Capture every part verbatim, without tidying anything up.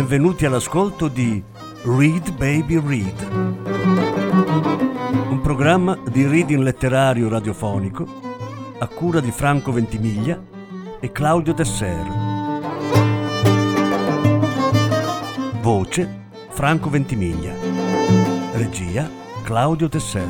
Benvenuti all'ascolto di Read Baby Read, un programma di reading letterario radiofonico a cura di Franco Ventimiglia e Claudio Desser. Voce Franco Ventimiglia. Regia Claudio Desser.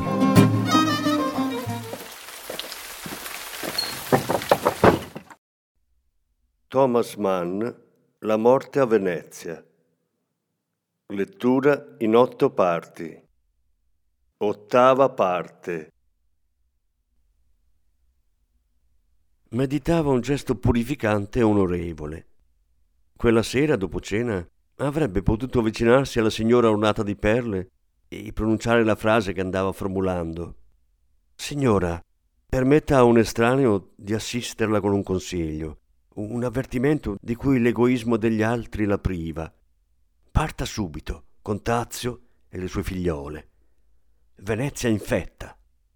Thomas Mann, La morte a Venezia. Lettura in otto parti. Ottava parte. Meditava un gesto purificante e onorevole. Quella sera, dopo cena, avrebbe potuto avvicinarsi alla signora ornata di perle e pronunciare la frase che andava formulando. «Signora, permetta a un estraneo di assisterla con un consiglio, un avvertimento di cui l'egoismo degli altri la priva. Parta subito con Tazio e le sue figliole. Venezia infetta».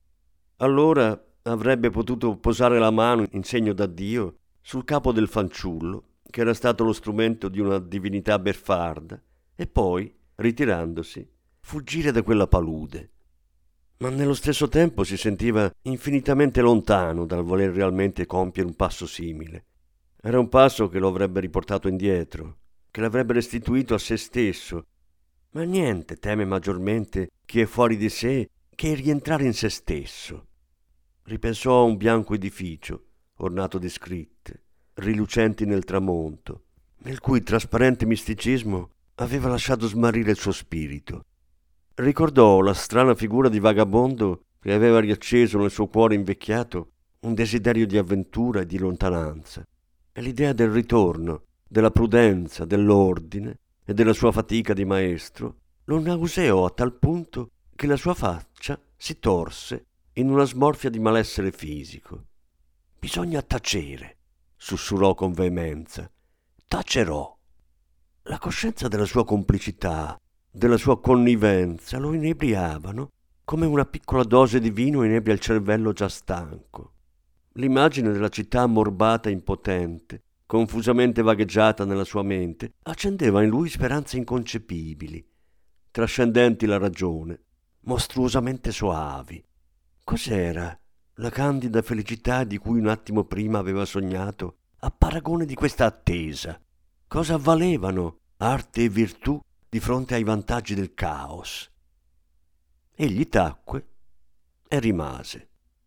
Allora avrebbe potuto posare la mano in segno d'addio sul capo del fanciullo, che era stato lo strumento di una divinità beffarda, e poi, ritirandosi, fuggire da quella palude. Ma nello stesso tempo si sentiva infinitamente lontano dal voler realmente compiere un passo simile. Era un passo che lo avrebbe riportato indietro, che l'avrebbe restituito a se stesso. Ma niente teme maggiormente chi è fuori di sé che rientrare in se stesso. Ripensò a un bianco edificio, ornato di scritte, rilucenti nel tramonto, nel cui trasparente misticismo aveva lasciato smarrire il suo spirito. Ricordò la strana figura di vagabondo che aveva riacceso nel suo cuore invecchiato un desiderio di avventura e di lontananza. E l'idea del ritorno, della prudenza, dell'ordine e della sua fatica di maestro lo nauseò a tal punto che la sua faccia si torse in una smorfia di malessere fisico. «Bisogna tacere», sussurrò con veemenza. «Tacerò». La coscienza della sua complicità, della sua connivenza lo inebriavano come una piccola dose di vino inebria il cervello già stanco. L'immagine della città ammorbata e impotente, confusamente vagheggiata nella sua mente, accendeva in lui speranze inconcepibili, trascendenti la ragione, mostruosamente soavi. Cos'era la candida felicità di cui un attimo prima aveva sognato a paragone di questa attesa? Cosa valevano arte e virtù di fronte ai vantaggi del caos? Egli tacque e rimase.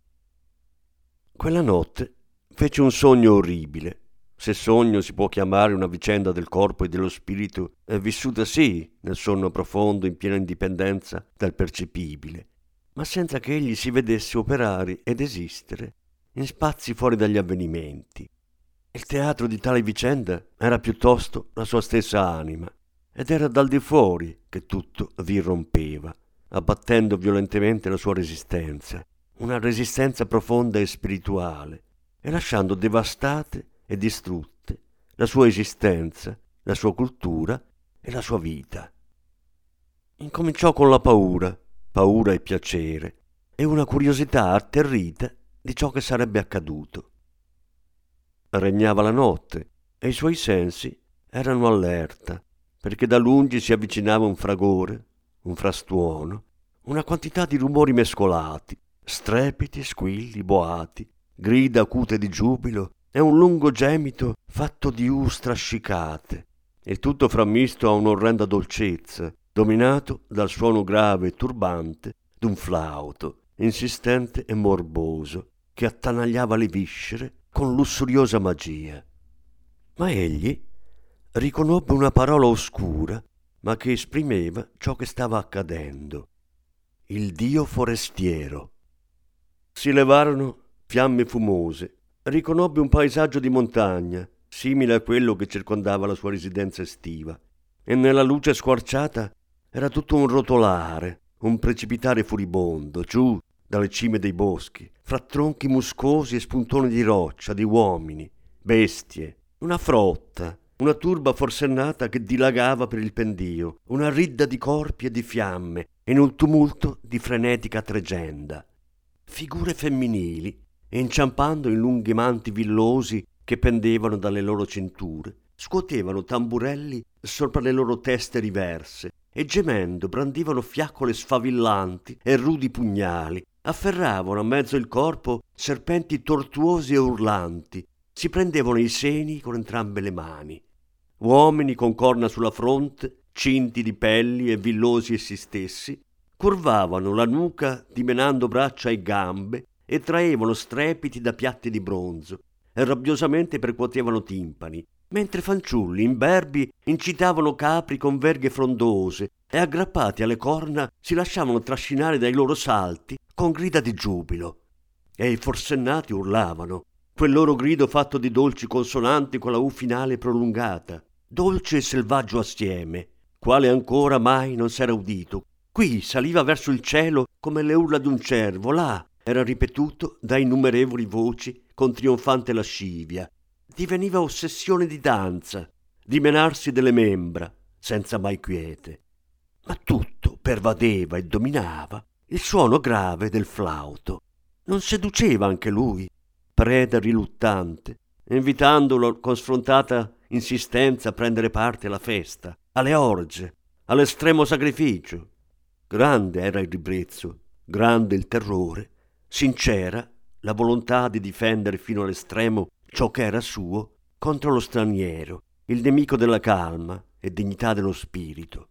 Quella notte fece un sogno orribile, se sogno si può chiamare una vicenda del corpo e dello spirito è vissuta sì nel sonno profondo in piena indipendenza dal percepibile, ma senza che egli si vedesse operare ed esistere in spazi fuori dagli avvenimenti. Il teatro di tale vicenda era piuttosto la sua stessa anima, ed era dal di fuori che tutto vi irrompeva, abbattendo violentemente la sua resistenza, una resistenza profonda e spirituale, e lasciando devastate e distrutte la sua esistenza, la sua cultura e la sua vita. Incominciò con la paura, paura e piacere, e una curiosità atterrita di ciò che sarebbe accaduto. Regnava la notte e i suoi sensi erano allerta, perché da lungi si avvicinava un fragore, un frastuono, una quantità di rumori mescolati, strepiti, squilli, boati, grida acute di giubilo e un lungo gemito fatto di u strascicate, il tutto frammisto a un'orrenda dolcezza, dominato dal suono grave e turbante d'un flauto, insistente e morboso, che attanagliava le viscere con lussuriosa magia. Ma egli riconobbe una parola oscura, ma che esprimeva ciò che stava accadendo. Il dio forestiero. Si levarono fiamme fumose. Riconobbe un paesaggio di montagna, simile a quello che circondava la sua residenza estiva, e nella luce squarciata era tutto un rotolare, un precipitare furibondo, giù dalle cime dei boschi, fra tronchi muscosi e spuntoni di roccia, di uomini, bestie, una frotta, una turba forsennata che dilagava per il pendio, una ridda di corpi e di fiamme, in un tumulto di frenetica tregenda. Figure femminili, inciampando in lunghi manti villosi che pendevano dalle loro cinture, scuotevano tamburelli sopra le loro teste riverse e gemendo brandivano fiaccole sfavillanti e rudi pugnali, afferravano a mezzo il corpo serpenti tortuosi e urlanti, si prendevano i seni con entrambe le mani. Uomini con corna sulla fronte, cinti di pelli e villosi essi stessi, curvavano la nuca dimenando braccia e gambe e traevano strepiti da piatti di bronzo e rabbiosamente percuotevano timpani, mentre fanciulli imberbi incitavano capri con verghe frondose e aggrappati alle corna si lasciavano trascinare dai loro salti con grida di giubilo. E i forsennati urlavano, quel loro grido fatto di dolci consonanti con la U finale prolungata, dolce e selvaggio assieme, quale ancora mai non s'era udito. Qui saliva verso il cielo come le urla d'un cervo, là era ripetuto da innumerevoli voci con trionfante lascivia. Diveniva ossessione di danza, di menarsi delle membra, senza mai quiete. Ma tutto pervadeva e dominava il suono grave del flauto. Non seduceva anche lui, preda riluttante, invitandolo con sfrontata insistenza a prendere parte alla festa, alle orge, all'estremo sacrificio. Grande era il ribrezzo, grande il terrore, sincera la volontà di difendere fino all'estremo ciò che era suo contro lo straniero, il nemico della calma e dignità dello spirito.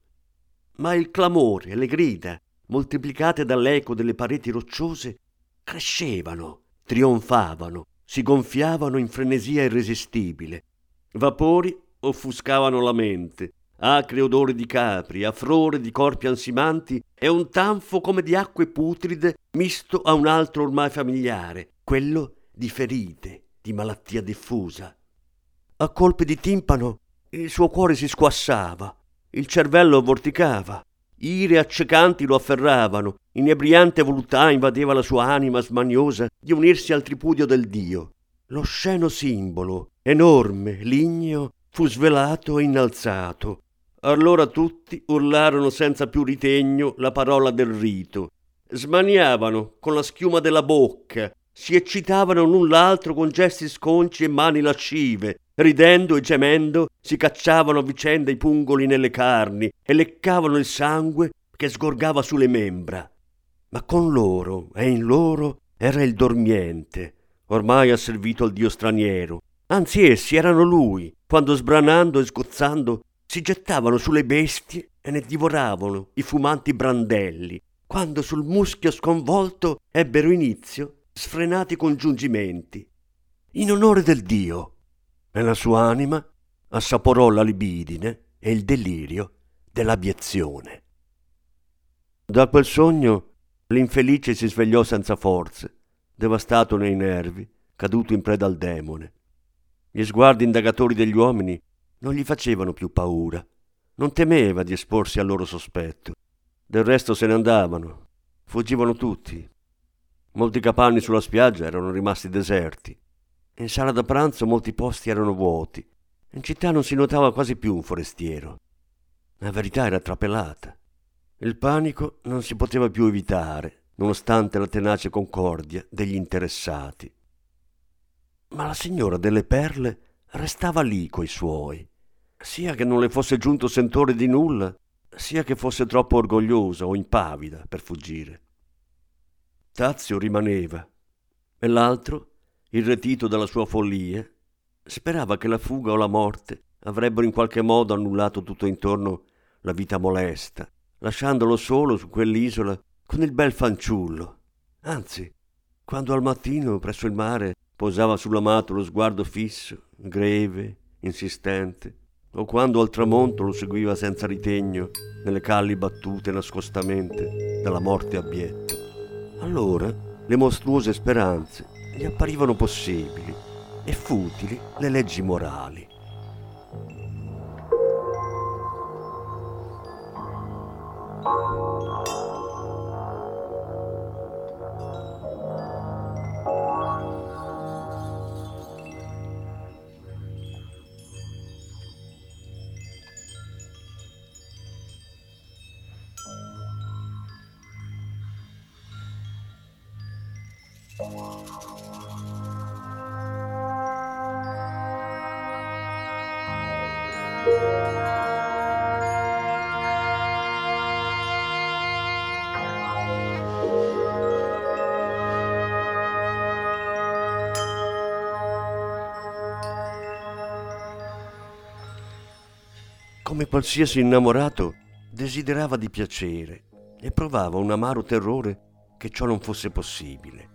Ma il clamore e le grida, moltiplicate dall'eco delle pareti rocciose, crescevano, trionfavano, si gonfiavano in frenesia irresistibile. Vapori offuscavano la mente, acre odori di capri, affrore di corpi ansimanti e un tanfo come di acque putride misto a un altro ormai familiare, quello di ferite, di malattia diffusa. A colpi di timpano il suo cuore si squassava, il cervello vorticava, ire accecanti lo afferravano, inebriante voluttà invadeva la sua anima smaniosa di unirsi al tripudio del Dio. Lo sceno simbolo, enorme, ligneo, fu svelato e innalzato. Allora tutti urlarono senza più ritegno la parola del rito. Smaniavano con la schiuma della bocca, si eccitavano l'un l'altro con gesti sconci e mani lascive, ridendo e gemendo si cacciavano a vicenda i pungoli nelle carni e leccavano il sangue che sgorgava sulle membra. Ma con loro e in loro era il dormiente, ormai asservito al dio straniero. Anzi, essi erano lui, quando sbranando e sgozzando si gettavano sulle bestie e ne divoravano i fumanti brandelli, quando sul muschio sconvolto ebbero inizio sfrenati congiungimenti, in onore del dio, e la sua anima assaporò la libidine e il delirio dell'abiezione. Da quel sogno l'infelice si svegliò senza forze, devastato nei nervi, caduto in preda al demone. Gli sguardi indagatori degli uomini non gli facevano più paura, non temeva di esporsi al loro sospetto. Del resto se ne andavano, fuggivano tutti. Molti capanni sulla spiaggia erano rimasti deserti. In sala da pranzo molti posti erano vuoti. In città non si notava quasi più un forestiero. La verità era trapelata. Il panico non si poteva più evitare, nonostante la tenace concordia degli interessati. Ma la signora delle perle restava lì coi suoi, sia che non le fosse giunto sentore di nulla, sia che fosse troppo orgogliosa o impavida per fuggire. Tazio rimaneva, e l'altro, irretito dalla sua follia, sperava che la fuga o la morte avrebbero in qualche modo annullato tutto intorno la vita molesta, lasciandolo solo su quell'isola con il bel fanciullo. Anzi, quando al mattino presso il mare posava sull'amato lo sguardo fisso, greve, insistente, o quando al tramonto lo seguiva senza ritegno nelle calli battute nascostamente dalla morte abietta. Allora le mostruose speranze gli apparivano possibili e futili le leggi morali. come qualsiasi innamorato, desiderava di piacere e provava un amaro terrore che ciò non fosse possibile.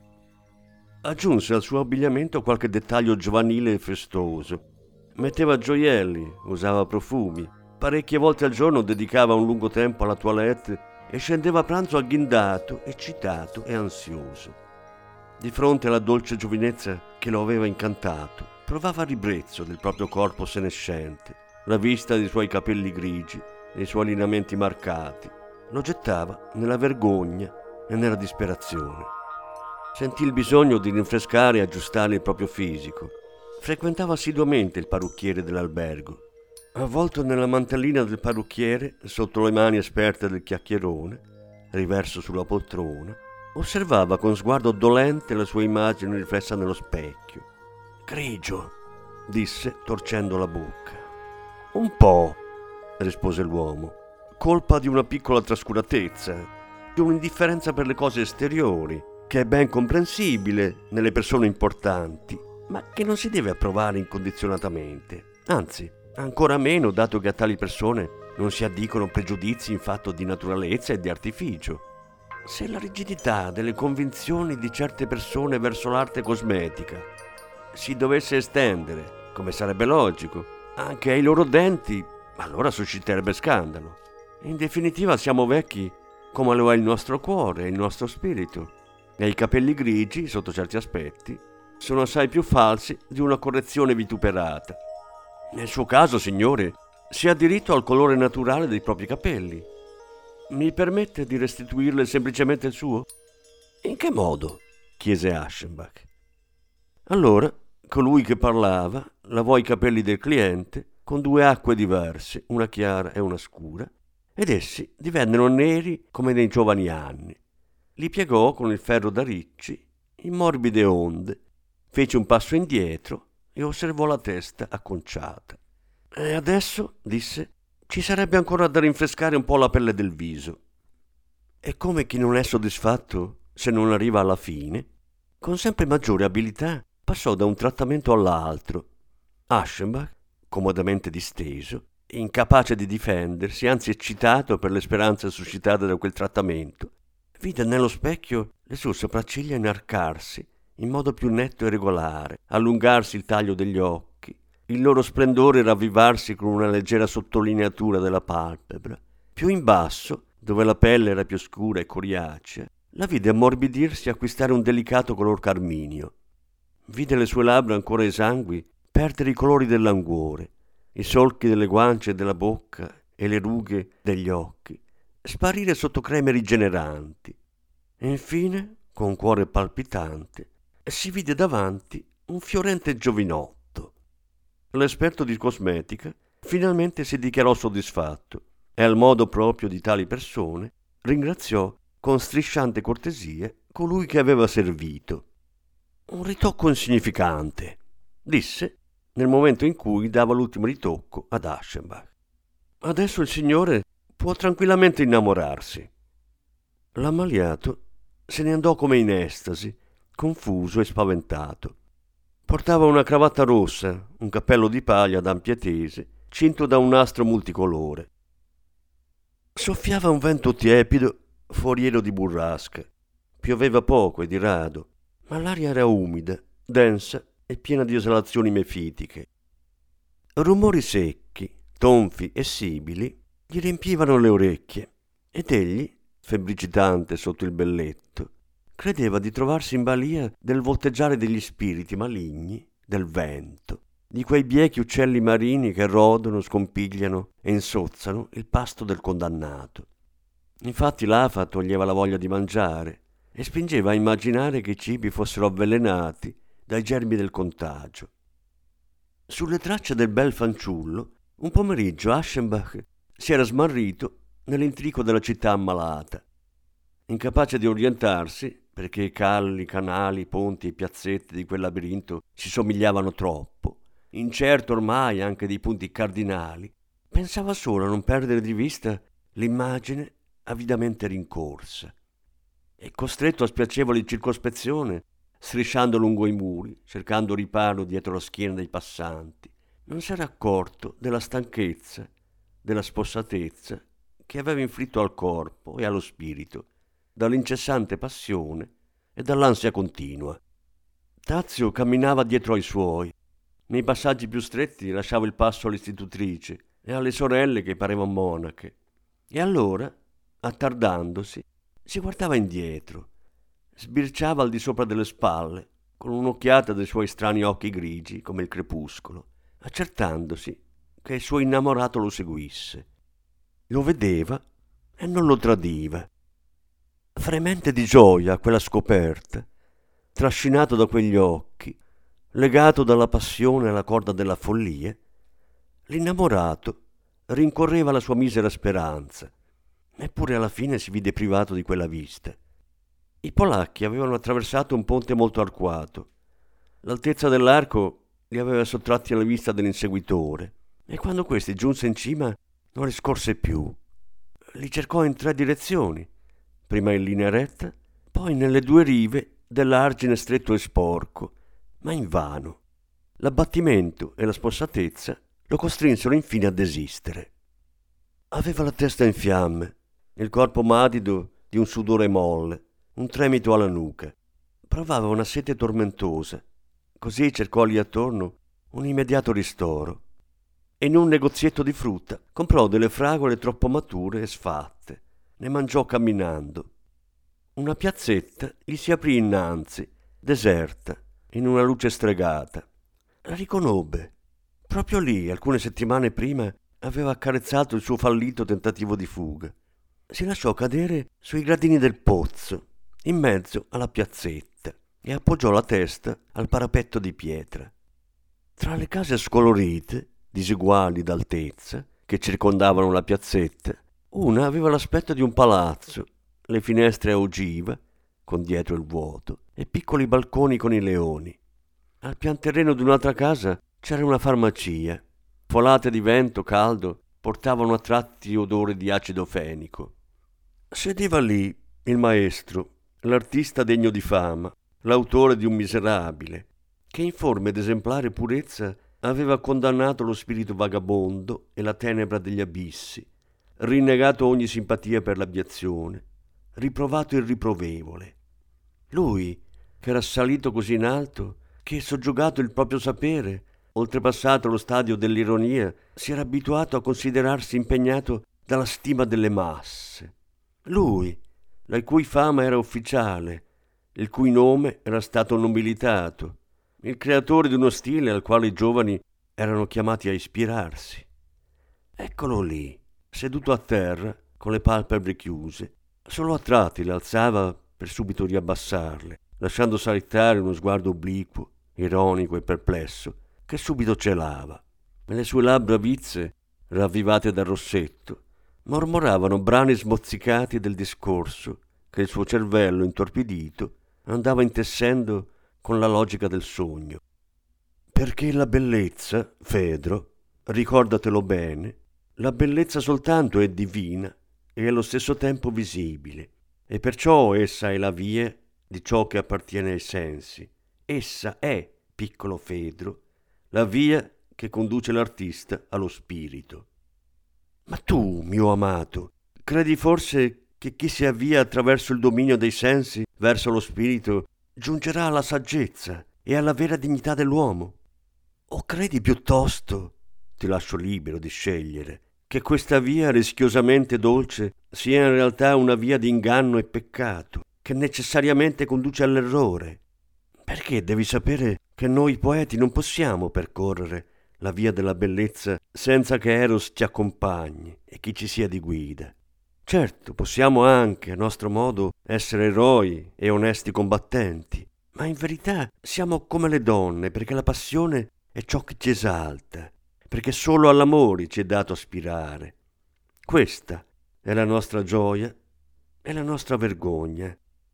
Aggiunse al suo abbigliamento qualche dettaglio giovanile e festoso. Metteva gioielli, usava profumi, parecchie volte al giorno dedicava un lungo tempo alla toilette e scendeva a pranzo agghindato, eccitato e ansioso. Di fronte alla dolce giovinezza che lo aveva incantato, provava ribrezzo del proprio corpo senescente. La vista dei suoi capelli grigi, dei suoi lineamenti marcati, lo gettava nella vergogna e nella disperazione. Sentì il bisogno di rinfrescare e aggiustare il proprio fisico. Frequentava assiduamente il parrucchiere dell'albergo. Avvolto nella mantellina del parrucchiere, sotto le mani esperte del chiacchierone, riverso sulla poltrona, osservava con sguardo dolente la sua immagine riflessa nello specchio. «Grigio», disse, torcendo la bocca. «Un po'», rispose l'uomo, «colpa di una piccola trascuratezza, di un'indifferenza per le cose esteriori, che è ben comprensibile nelle persone importanti, ma che non si deve approvare incondizionatamente. Anzi, ancora meno dato che a tali persone non si addicono pregiudizi in fatto di naturalezza e di artificio. Se la rigidità delle convinzioni di certe persone verso l'arte cosmetica si dovesse estendere, come sarebbe logico, anche ai loro denti, allora susciterebbe scandalo. In definitiva siamo vecchi come lo è il nostro cuore e il nostro spirito, e i capelli grigi, sotto certi aspetti, sono assai più falsi di una correzione vituperata. Nel suo caso, signore, si ha diritto al colore naturale dei propri capelli. Mi permette di restituirle semplicemente il suo?» «In che modo?» chiese Aschenbach. Allora, colui che parlava lavò i capelli del cliente con due acque diverse, una chiara e una scura, ed essi divennero neri come nei giovani anni. Li piegò con il ferro da ricci in morbide onde, fece un passo indietro e osservò la testa acconciata. «E adesso», disse, «ci sarebbe ancora da rinfrescare un po' la pelle del viso». E come chi non è soddisfatto se non arriva alla fine, con sempre maggiore abilità passò da un trattamento all'altro. Aschenbach, comodamente disteso, incapace di difendersi, anzi eccitato per le speranze suscitate da quel trattamento, vide nello specchio le sue sopracciglia inarcarsi in modo più netto e regolare, allungarsi il taglio degli occhi, il loro splendore ravvivarsi con una leggera sottolineatura della palpebra. Più in basso, dove la pelle era più scura e coriacea, la vide ammorbidirsi e acquistare un delicato color carminio. Vide le sue labbra ancora esangui perdere i colori del languore, i solchi delle guance e della bocca e le rughe degli occhi sparire sotto creme rigeneranti. E infine, con cuore palpitante, si vide davanti un fiorente giovinotto. L'esperto di cosmetica finalmente si dichiarò soddisfatto e, al modo proprio di tali persone, ringraziò con strisciante cortesia colui che aveva servito. «Un ritocco insignificante», disse nel momento in cui dava l'ultimo ritocco ad Aschenbach. «Adesso il signore può tranquillamente innamorarsi». L'ammaliato se ne andò come in estasi, confuso e spaventato. Portava una cravatta rossa, un cappello di paglia ad ampie tese, cinto da un nastro multicolore. Soffiava un vento tiepido, foriero di burrasca. Pioveva poco e di rado, ma l'aria era umida, densa e piena di esalazioni mefitiche. Rumori secchi, tonfi e sibili gli riempivano le orecchie ed egli, febbricitante sotto il belletto, credeva di trovarsi in balia del volteggiare degli spiriti maligni, del vento, di quei biechi uccelli marini che rodono, scompigliano e insozzano il pasto del condannato. Infatti l'afa toglieva la voglia di mangiare e spingeva a immaginare che i cibi fossero avvelenati dai germi del contagio. Sulle tracce del bel fanciullo, un pomeriggio Aschenbach si era smarrito nell'intrico della città ammalata. Incapace di orientarsi, perché i calli, canali, ponti e piazzette di quel labirinto si somigliavano troppo, incerto ormai anche dei punti cardinali, pensava solo a non perdere di vista l'immagine avidamente rincorsa. E costretto a spiacevole circospezione, strisciando lungo i muri, cercando riparo dietro la schiena dei passanti, non s'era accorto della stanchezza della spossatezza che aveva inflitto al corpo e allo spirito dall'incessante passione e dall'ansia continua. Tazio camminava dietro ai suoi. Nei passaggi più stretti lasciava il passo all'istitutrice e alle sorelle che parevano monache. E allora, attardandosi, si guardava indietro, sbirciava al di sopra delle spalle, con un'occhiata dei suoi strani occhi grigi come il crepuscolo, accertandosi che il suo innamorato lo seguisse. Lo vedeva e non lo tradiva. Fremente di gioia a quella scoperta, trascinato da quegli occhi, legato dalla passione alla corda della follia, l'innamorato rincorreva la sua misera speranza, eppure alla fine si vide privato di quella vista. I polacchi avevano attraversato un ponte molto arcuato. L'altezza dell'arco li aveva sottratti alla vista dell'inseguitore e quando questi giunse in cima non li scorse più. Li cercò in tre direzioni, prima in linea retta, poi nelle due rive dell'argine stretto e sporco, ma invano. L'abbattimento e la spossatezza lo costrinsero infine a desistere. Aveva la testa in fiamme, il corpo madido di un sudore molle, un tremito alla nuca. Provava una sete tormentosa, così cercò lì attorno un immediato ristoro. E in un negozietto di frutta comprò delle fragole troppo mature e sfatte. Ne mangiò camminando. Una piazzetta gli si aprì innanzi, deserta, in una luce stregata. La riconobbe. Proprio lì, alcune settimane prima, aveva accarezzato il suo fallito tentativo di fuga. Si lasciò cadere sui gradini del pozzo, in mezzo alla piazzetta, e appoggiò la testa al parapetto di pietra. Tra le case scolorite, diseguali d'altezza, che circondavano la piazzetta, una aveva l'aspetto di un palazzo, le finestre a ogiva, con dietro il vuoto, e piccoli balconi con i leoni. Al pianterreno di un'altra casa c'era una farmacia. Folate di vento caldo portavano a tratti odore di acido fenico. Sedeva lì il maestro, l'artista degno di fama, l'autore di Un miserabile, che in forma ed esemplare purezza aveva condannato lo spirito vagabondo e la tenebra degli abissi, rinnegato ogni simpatia per l'abiezione, riprovato il riprovevole. Lui, che era salito così in alto, che, soggiogato il proprio sapere, oltrepassato lo stadio dell'ironia, si era abituato a considerarsi impegnato dalla stima delle masse. Lui, la cui fama era ufficiale, il cui nome era stato nobilitato, il creatore di uno stile al quale i giovani erano chiamati a ispirarsi. Eccolo lì, seduto a terra, con le palpebre chiuse. Solo a tratti le alzava per subito riabbassarle, lasciando salittare uno sguardo obliquo, ironico e perplesso, che subito celava. E le sue labbra vizze, ravvivate dal rossetto, mormoravano brani smozzicati del discorso che il suo cervello intorpidito andava intessendo con la logica del sogno. Perché la bellezza, Fedro, ricordatelo bene, la bellezza soltanto è divina e allo stesso tempo visibile, e perciò essa è la via di ciò che appartiene ai sensi. Essa è, piccolo Fedro, la via che conduce l'artista allo spirito. Ma tu, mio amato, credi forse che chi si avvia attraverso il dominio dei sensi verso lo spirito giungerà alla saggezza e alla vera dignità dell'uomo? O credi piuttosto, ti lascio libero di scegliere, che questa via rischiosamente dolce sia in realtà una via di inganno e peccato, che necessariamente conduce all'errore? Perché devi sapere che noi poeti non possiamo percorrere la via della bellezza senza che Eros ci accompagni e chi ci sia di guida. Certo, possiamo anche, a nostro modo, essere eroi e onesti combattenti, ma in verità siamo come le donne, perché la passione è ciò che ci esalta, perché solo all'amore ci è dato aspirare. Questa è la nostra gioia e la nostra vergogna.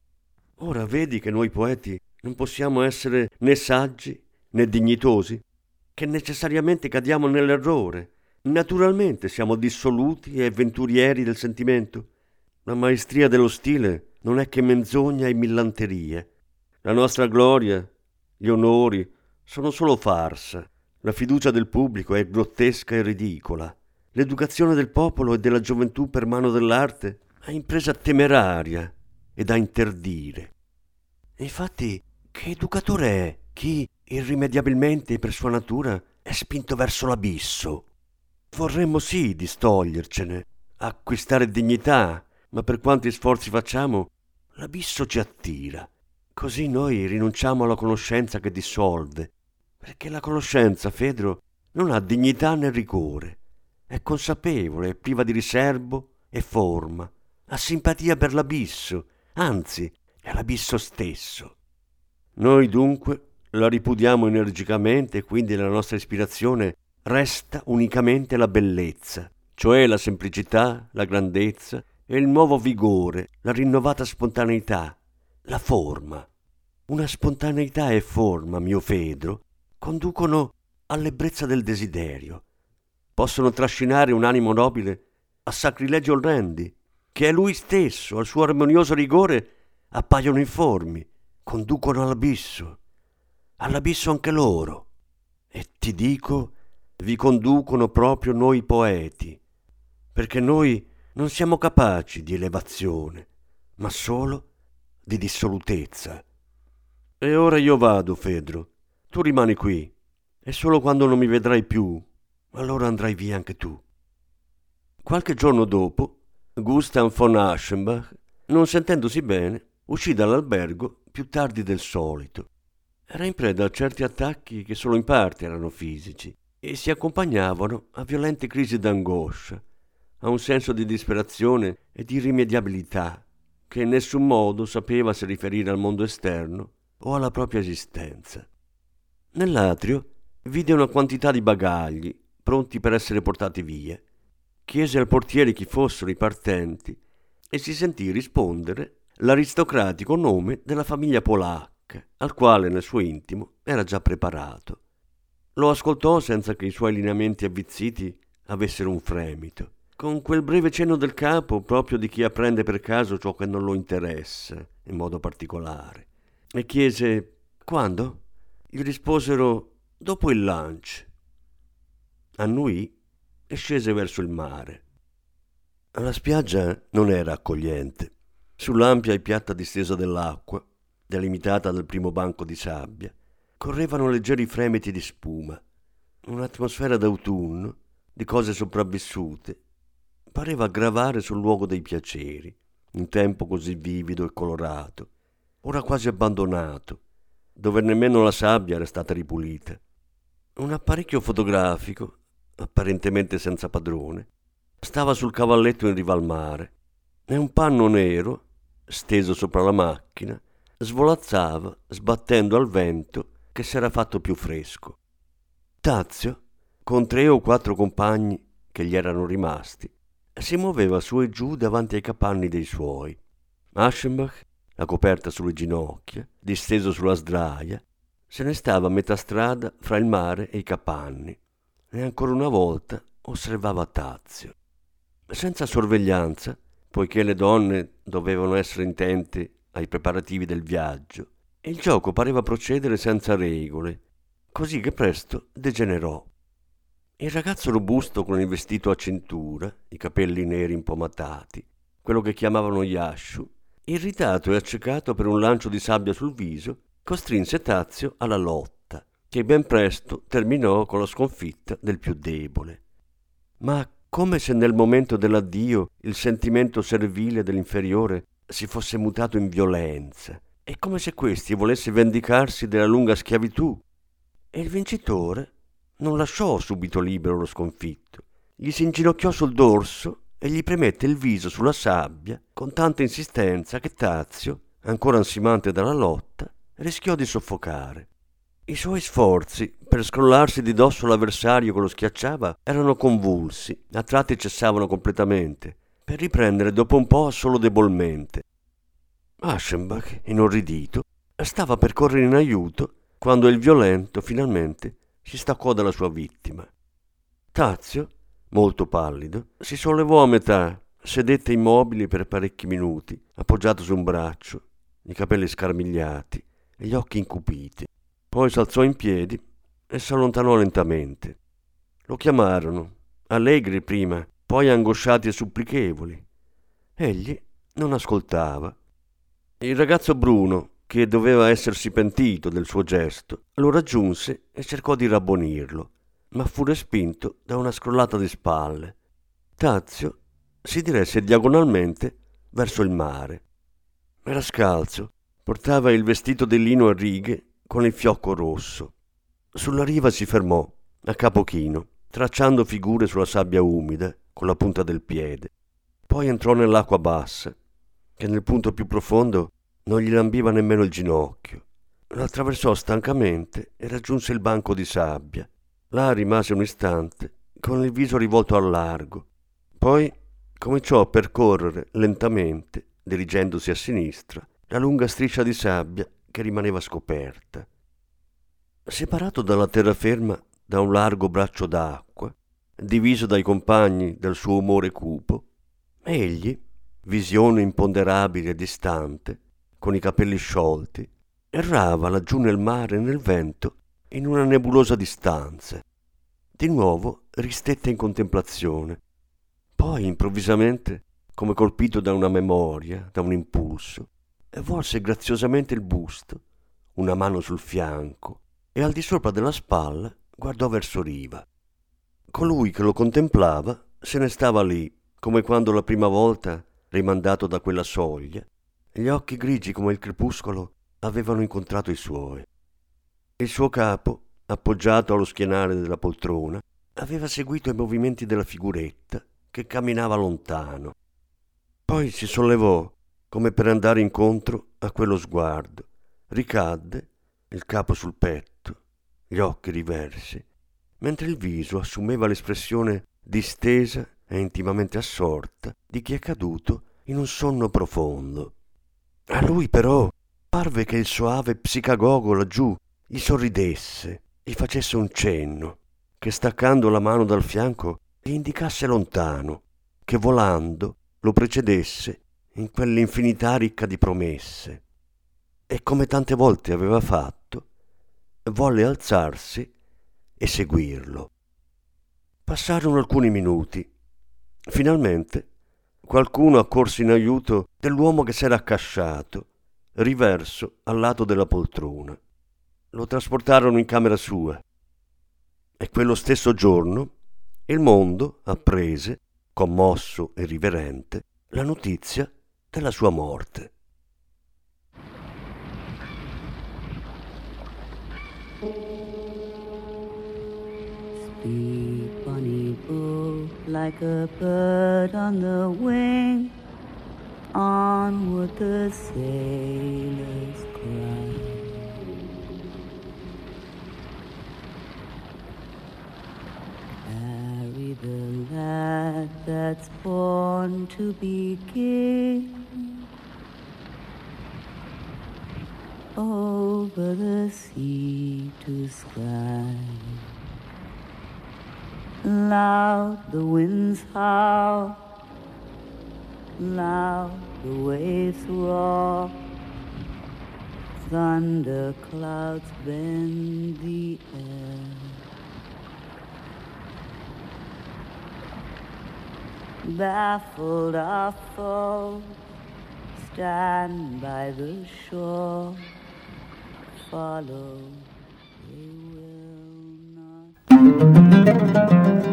Ora vedi che noi poeti non possiamo essere né saggi né dignitosi, che necessariamente cadiamo nell'errore. Naturalmente siamo dissoluti e avventurieri del sentimento. La maestria dello stile non è che menzogna e millanteria. La nostra gloria, gli onori, sono solo farsa. La fiducia del pubblico è grottesca e ridicola. l'educazione del popolo e della gioventù per mano dell'arte è impresa temeraria e da interdire. Infatti, che educatore è chi, irrimediabilmente per sua natura, è spinto verso l'abisso? Vorremmo sì distogliercene, acquistare dignità, ma per quanti sforzi facciamo, l'abisso ci attira. Così noi rinunciamo alla conoscenza che dissolve, perché la conoscenza, Fedro, non ha dignità né rigore, è consapevole, è priva di riservo e forma, ha simpatia per l'abisso, anzi è l'abisso stesso. Noi dunque la ripudiamo energicamente e quindi la nostra ispirazione resta unicamente la bellezza, cioè la semplicità, la grandezza e il nuovo vigore, la rinnovata spontaneità, la forma. Una spontaneità e forma, mio Fedro, conducono all'ebbrezza del desiderio. Possono trascinare un animo nobile a sacrilegi orrendi, che a lui stesso, al suo armonioso rigore, appaiono informi, conducono all'abisso, all'abisso anche loro. E ti dico, vi conducono proprio noi poeti, perché noi non siamo capaci di elevazione, ma solo di dissolutezza. E ora io vado, Fedro, tu rimani qui, e solo quando non mi vedrai più, allora andrai via anche tu. Qualche giorno dopo, Gustav von Aschenbach, non sentendosi bene, uscì dall'albergo più tardi del solito. Era in preda a certi attacchi che solo in parte erano fisici e si accompagnavano a violente crisi d'angoscia, a un senso di disperazione e di irrimediabilità che in nessun modo sapeva se riferire al mondo esterno o alla propria esistenza. Nell'atrio vide una quantità di bagagli pronti per essere portati via. Chiese al portiere chi fossero i partenti e si sentì rispondere l'aristocratico nome della famiglia polacca, al quale nel suo intimo era già preparato. Lo ascoltò senza che i suoi lineamenti avvizziti avessero un fremito, con quel breve cenno del capo proprio di chi apprende per caso ciò che non lo interessa in modo particolare, e chiese «Quando?» Gli risposero «Dopo il lunch». Annuì e scese verso il mare. La spiaggia non era accogliente. Sull'ampia e piatta distesa dell'acqua, delimitata dal primo banco di sabbia, correvano leggeri fremiti di spuma. Un'atmosfera d'autunno, di cose sopravvissute, pareva gravare sul luogo dei piaceri, un tempo così vivido e colorato, ora quasi abbandonato, dove nemmeno la sabbia era stata ripulita. Un apparecchio fotografico, apparentemente senza padrone, stava sul cavalletto in riva al mare e un panno nero, steso sopra la macchina, svolazzava sbattendo al vento che s'era fatto più fresco. Tazio, con tre o quattro compagni che gli erano rimasti, si muoveva su e giù davanti ai capanni dei suoi. Aschenbach, la coperta sulle ginocchia, disteso sulla sdraia, se ne stava a metà strada fra il mare e i capanni e ancora una volta osservava Tazio. Senza sorveglianza, poiché le donne dovevano essere intente ai preparativi del viaggio, e il gioco pareva procedere senza regole, così che presto degenerò. Il ragazzo robusto con il vestito a cintura, i capelli neri impomatati, quello che chiamavano Yashu, irritato e accecato per un lancio di sabbia sul viso, costrinse Tazio alla lotta, che ben presto terminò con la sconfitta del più debole. Ma come se nel momento dell'addio il sentimento servile dell'inferiore si fosse mutato in violenza, e come se questi volesse vendicarsi della lunga schiavitù, e il vincitore non lasciò subito libero lo sconfitto, gli si inginocchiò sul dorso e gli premette il viso sulla sabbia con tanta insistenza che Tazio, ancora ansimante dalla lotta, rischiò di soffocare. I suoi sforzi per scrollarsi di dosso l'avversario che lo schiacciava erano convulsi, a tratti cessavano completamente, per riprendere dopo un po' solo debolmente. Aschenbach, inorridito, stava per correre in aiuto quando il violento finalmente si staccò dalla sua vittima. Tazio, molto pallido, si sollevò a metà, sedette immobile per parecchi minuti, appoggiato su un braccio, i capelli scarmigliati e gli occhi incupiti. Poi s'alzò in piedi e s'allontanò lentamente. Lo chiamarono allegri prima, poi angosciati e supplichevoli. Egli non ascoltava. Il ragazzo Bruno, che doveva essersi pentito del suo gesto, lo raggiunse e cercò di rabbonirlo, ma fu respinto da una scrollata di spalle. Tazio si diresse diagonalmente verso il mare. Era scalzo, portava il vestito di lino a righe con il fiocco rosso. Sulla riva si fermò, a capo chino, tracciando figure sulla sabbia umida con la punta del piede. Poi entrò nell'acqua bassa, che nel punto più profondo non gli lambiva nemmeno il ginocchio. L'attraversò stancamente e raggiunse il banco di sabbia. Là rimase un istante, con il viso rivolto al largo. Poi cominciò a percorrere lentamente, dirigendosi a sinistra, la lunga striscia di sabbia che rimaneva scoperta. Separato dalla terraferma da un largo braccio d'acqua, diviso dai compagni del suo umore cupo, egli, visione imponderabile e distante, con i capelli sciolti, errava laggiù nel mare e nel vento in una nebulosa distanza. Di nuovo ristette in contemplazione. Poi, improvvisamente, come colpito da una memoria, da un impulso, volse graziosamente il busto, una mano sul fianco, e al di sopra della spalla guardò verso riva. Colui che lo contemplava se ne stava lì, come quando la prima volta, rimandato da quella soglia, gli occhi grigi come il crepuscolo avevano incontrato i suoi. Il suo capo, appoggiato allo schienale della poltrona, aveva seguito i movimenti della figuretta che camminava lontano. Poi si sollevò come per andare incontro a quello sguardo, ricadde, il capo sul petto, gli occhi riversi, mentre il viso assumeva l'espressione distesa e intimamente assorta di chi è caduto in un sonno profondo. A lui però parve che il soave psicagogo laggiù gli sorridesse, gli facesse un cenno, che staccando la mano dal fianco gli indicasse lontano, che volando lo precedesse in quell'infinità ricca di promesse. E come tante volte aveva fatto, volle alzarsi e seguirlo. Passarono alcuni minuti. Finalmente qualcuno accorse in aiuto dell'uomo che s'era accasciato, riverso al lato della poltrona. Lo trasportarono in camera sua. E quello stesso giorno il mondo apprese, commosso e riverente, la notizia della sua morte. Sleep, bunny boo, like a bird on the wing. Onward the sailors cry. Carry the lad that's born to be king over the sea to sky. Loud the winds howl, loud the waves roar, thunder clouds bend the air. Baffled our foes stand by the shore, follow they will not.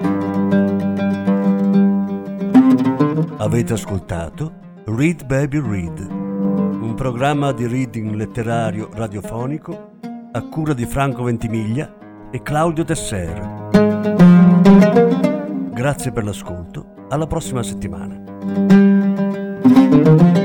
Avete ascoltato Read Baby Read, un programma di reading letterario radiofonico a cura di Franco Ventimiglia e Claudio Tessera. Grazie per l'ascolto, alla prossima settimana.